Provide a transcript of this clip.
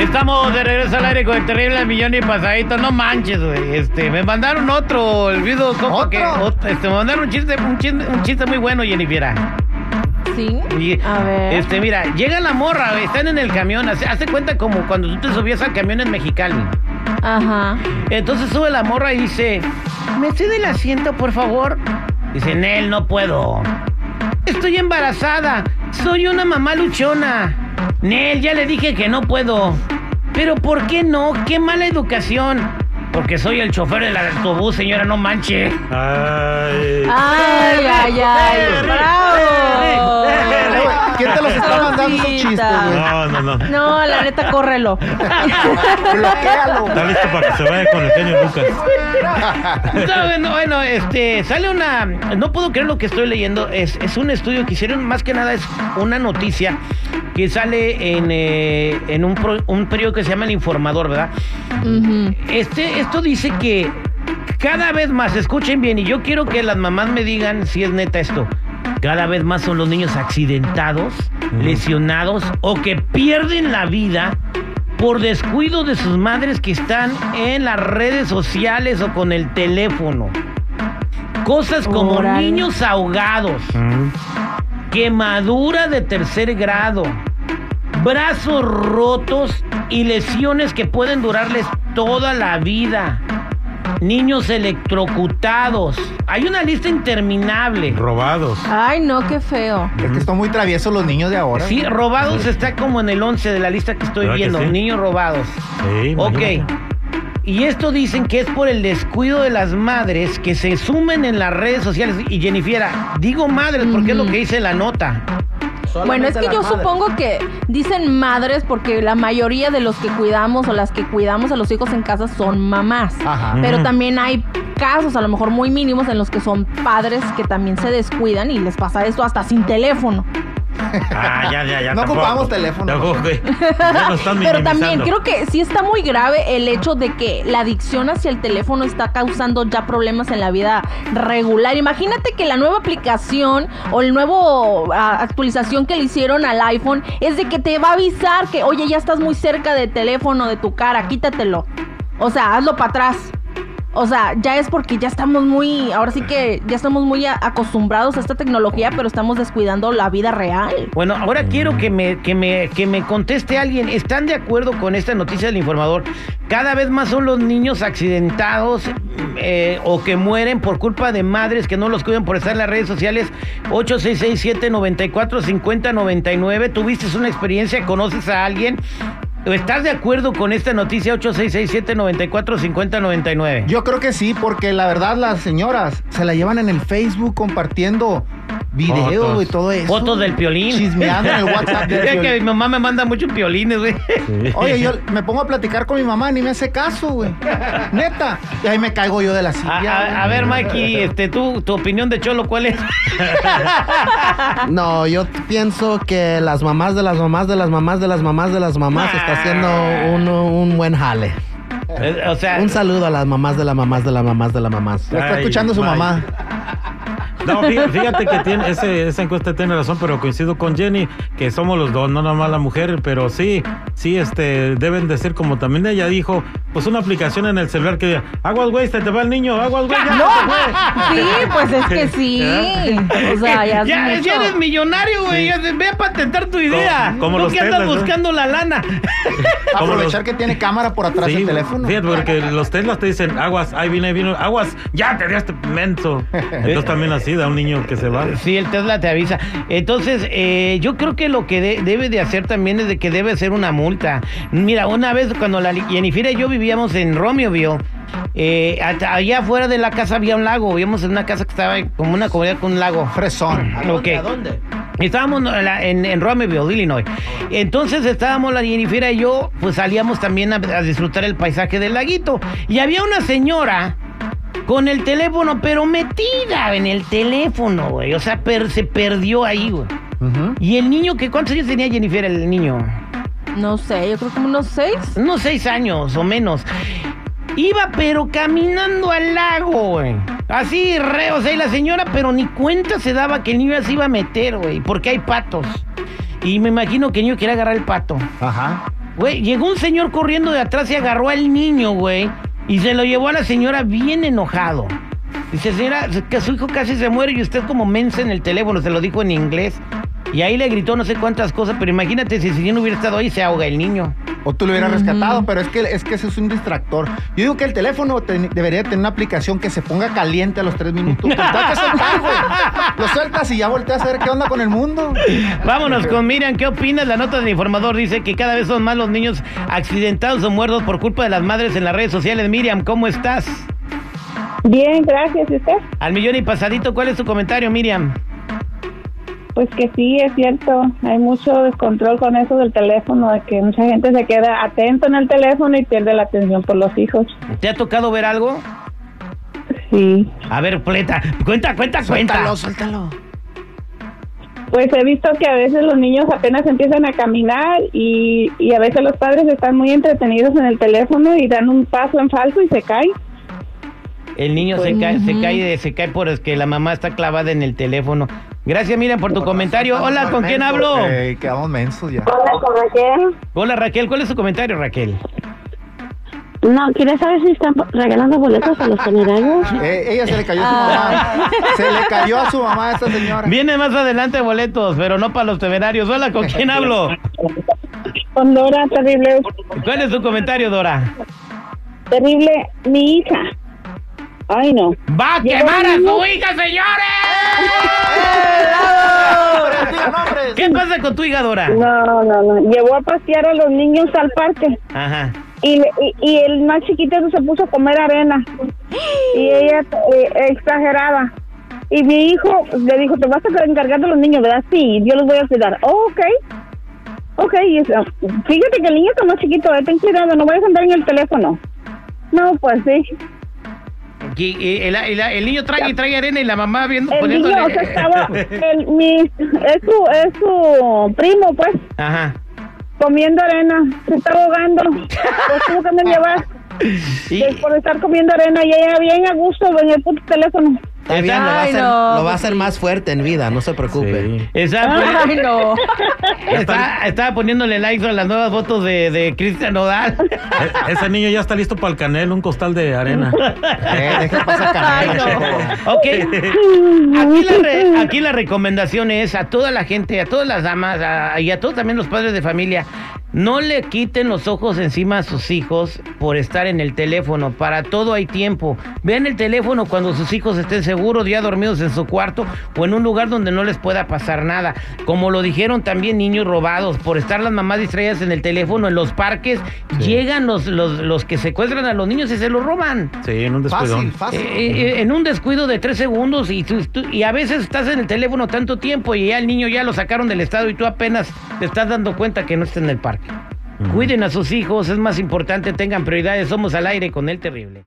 Estamos de regreso al aire con el terrible millón y pasadito. No manches, güey. Me mandaron otro, el video compa, que me mandaron un chiste muy bueno, Jennifer. ¿Sí? Y, a ver. Mira, llega la morra, güey, están en el camión. Hace cuenta como cuando tú te subías al camión en Mexicali. Ajá. Entonces sube la morra y dice: ¿me cede el asiento, por favor? Dice: Nel, no puedo. Estoy embarazada. Soy una mamá luchona. Nel, ya le dije que no puedo. ¿Pero por qué no? ¡Qué mala educación! Porque soy el chofer del autobús, señora, no manche. Ay, bravo. ¿Quién te los está mandando esos chistes, güey? No. No, la neta, córrelo. Bloquéalo. Está listo para que se vaya con el genio Lucas. Bueno, sale una... No puedo creer lo que estoy leyendo. Es un estudio que hicieron, más que nada es una noticia que sale en un periódico que se llama El Informador, ¿verdad? Uh-huh. Esto dice que cada vez más, escuchen bien, y yo quiero que las mamás me digan si es neta esto. Cada vez más son los niños accidentados, lesionados o que pierden la vida por descuido de sus madres que están en las redes sociales o con el teléfono. Cosas como niños ahogados, quemadura de 3er grado, brazos rotos y lesiones que pueden durarles toda la vida. Niños electrocutados. Hay una lista interminable. Robados. Ay, no, qué feo. Es que están muy traviesos los niños de ahora. Sí, robados está como en el 11 de la lista que estoy viendo. Sí? Niños robados. Sí, ok. Y esto dicen que es por el descuido de las madres que se sumen en las redes sociales. Y Jennifer, digo madres porque es lo que dice la nota. Bueno, es que yo supongo que dicen madres porque la mayoría de los que cuidamos o las que cuidamos a los hijos en casa son mamás. Ajá. Pero también hay casos, a lo mejor muy mínimos, en los que son padres que también se descuidan y les pasa esto hasta sin teléfono. Ya. No ocupamos teléfono. Pero también creo que sí está muy grave el hecho de que la adicción hacia el teléfono está causando ya problemas en la vida regular. Imagínate que la nueva aplicación o el nuevo actualización que le hicieron al iPhone es de que te va a avisar que, oye, ya estás muy cerca del teléfono de tu cara, quítatelo. O sea, hazlo para atrás. O sea, ya es porque ya estamos muy, ahora sí que ya estamos muy acostumbrados a esta tecnología, pero estamos descuidando la vida real. Bueno, ahora quiero que me conteste alguien. ¿Están de acuerdo con esta noticia del Informador? Cada vez más son los niños accidentados o que mueren por culpa de madres que no los cuidan por estar en las redes sociales. 8667-945099. ¿Tuviste una experiencia? ¿Conoces a alguien? ¿Estás de acuerdo con esta noticia? 8667-945099. Yo creo que sí, porque la verdad las señoras se la llevan en el Facebook compartiendo videos y todo eso. Fotos del Piolín. Chismeando en el WhatsApp del Piolín. Es que mi mamá me manda muchos piolines, güey. Sí. Oye, yo me pongo a platicar con mi mamá, ni me hace caso, güey. Neta. Y ahí me caigo yo de la silla. A ver, Mikey, tu opinión de Cholo, ¿cuál es? No, yo pienso que las mamás de las mamás de las mamás de las mamás de las mamás está haciendo un buen jale. O sea, un saludo a las mamás de las mamás de las mamás de las mamás. Lo está escuchando su mamá. No, fíjate que esa encuesta tiene razón, pero coincido con Jenny, que somos los dos, no nomás la mujer, pero sí, deben de ser como también ella dijo, pues una aplicación en el celular que diga, aguas güey, se te va el niño, aguas güey, ya. No, sí, pues es que sí. O sea, ya eres millonario, güey, sí. Ve a patentar tu idea. Como ¿Tú los que andas buscando la lana? Aprovechar que tiene cámara por atrás del teléfono. Fíjate, porque los Teslas te dicen, aguas, ahí vino, aguas, ya te dio este menso. Entonces también así da un niño que se va. Sí, el Tesla te avisa. Entonces, yo creo que lo que debe de hacer también es de que debe ser una multa. Mira, una vez cuando Jennifer y yo vivíamos en Romeoville, allá afuera de la casa había un lago. Vivíamos en una casa que estaba como una comunidad con un lago. Fresón. ¿A dónde? Estábamos en Romeoville, Illinois. Entonces estábamos la Jennifer y yo, pues salíamos también a disfrutar el paisaje del laguito. Y había una señora con el teléfono, pero metida en el teléfono, güey. O sea, se perdió ahí, güey. Uh-huh. Y el niño, ¿cuántos años tenía Jennifer, el niño? No sé, yo creo que unos 6. Unos 6 años o menos. Iba pero caminando al lago, güey. Así, o sea, y la señora, pero ni cuenta se daba que el niño se iba a meter, güey. Porque hay patos. Y me imagino que el niño quería agarrar el pato. Ajá. Güey, llegó un señor corriendo de atrás y agarró al niño, güey, y se lo llevó a la señora bien enojado. Dice, señora, que su hijo casi se muere y usted como mensa en el teléfono, se lo dijo en inglés. Y ahí le gritó no sé cuántas cosas, pero imagínate si yo no hubiera estado ahí, se ahoga el niño. O tú lo hubieras rescatado, pero es que ese es un distractor. Yo digo que el teléfono debería tener una aplicación que se ponga caliente a los 3 minutos. Pues hay que soltar, güey. Lo sueltas y ya volteas a ver qué onda con el mundo. Vámonos con Miriam, ¿qué opinas? La nota del Informador dice que cada vez son más los niños accidentados o muertos por culpa de las madres en las redes sociales. Miriam, ¿cómo estás? Bien, gracias. ¿Y usted? Al millón y pasadito, ¿cuál es tu comentario, Miriam? Pues que sí, es cierto. Hay mucho descontrol con eso del teléfono, de que mucha gente se queda atento en el teléfono y pierde la atención por los hijos. ¿Te ha tocado ver algo? Sí. A ver, Pleta, cuenta. Suéltalo. Pues he visto que a veces los niños apenas empiezan a caminar y a veces los padres están muy entretenidos en el teléfono y dan un paso en falso y se caen. El niño se cae porque la mamá está clavada en el teléfono. Gracias, Miriam, por tu comentario. Hola, ¿con quién hablo? Quedamos mensos ya. Hola, ¿con Raquel? Hola, Raquel, ¿cuál es tu comentario, Raquel? No, ¿quieres saber si están regalando boletos a los funerarios? Ella se le cayó a su mamá. Se le cayó a su mamá a esta señora. Viene más adelante boletos, pero no para los temerarios. Hola, ¿con quién hablo? Con Dora, terrible. ¿Cuál es tu comentario, Dora? Terrible, mi hija. Ay, no. ¡Va a quemar a su hija, señores! ¿Qué pasa con tu hija, Dora? No. Llevó a pasear a los niños al parque. Ajá. Y el más chiquito se puso a comer arena. Y ella exageraba. Y mi hijo le dijo, te vas a encargar de los niños, ¿verdad? Sí, yo los voy a cuidar. Oh, ok, y eso. Fíjate que el niño está más chiquito, ten cuidado, no vayas a andar en el teléfono. No, pues sí. Y el niño trae arena y la mamá viendo el poniéndole... niño, o sea, estaba es su primo, pues. Ajá. Comiendo arena, se está ahogando. Pues tuvo que me llevar por estar comiendo arena y ella bien a gusto en el puto teléfono. Está bien, lo va a hacer más fuerte en vida, no se preocupe. Sí. Estaba poniéndole likes a las nuevas fotos de Cristian Nodal. Ese niño ya está listo para el Canel, un costal de arena. Deja pasar Canel. Ok. Aquí la recomendación es a toda la gente, a todas las damas y a todos también los padres de familia. No le quiten los ojos encima a sus hijos por estar en el teléfono. Para todo hay tiempo. Vean el teléfono cuando sus hijos estén seguros, ya dormidos en su cuarto o en un lugar donde no les pueda pasar nada. Como lo dijeron también, niños robados. Por estar las mamás distraídas en el teléfono, en los parques, llegan los que secuestran a los niños y se los roban. Sí, en un descuidón. Fácil. En un descuido de 3 segundos y a veces estás en el teléfono tanto tiempo y ya el niño ya lo sacaron del estado y tú apenas te estás dando cuenta que no está en el parque. Cuiden a sus hijos, es más importante, tengan prioridades. Somos al aire con El Terrible.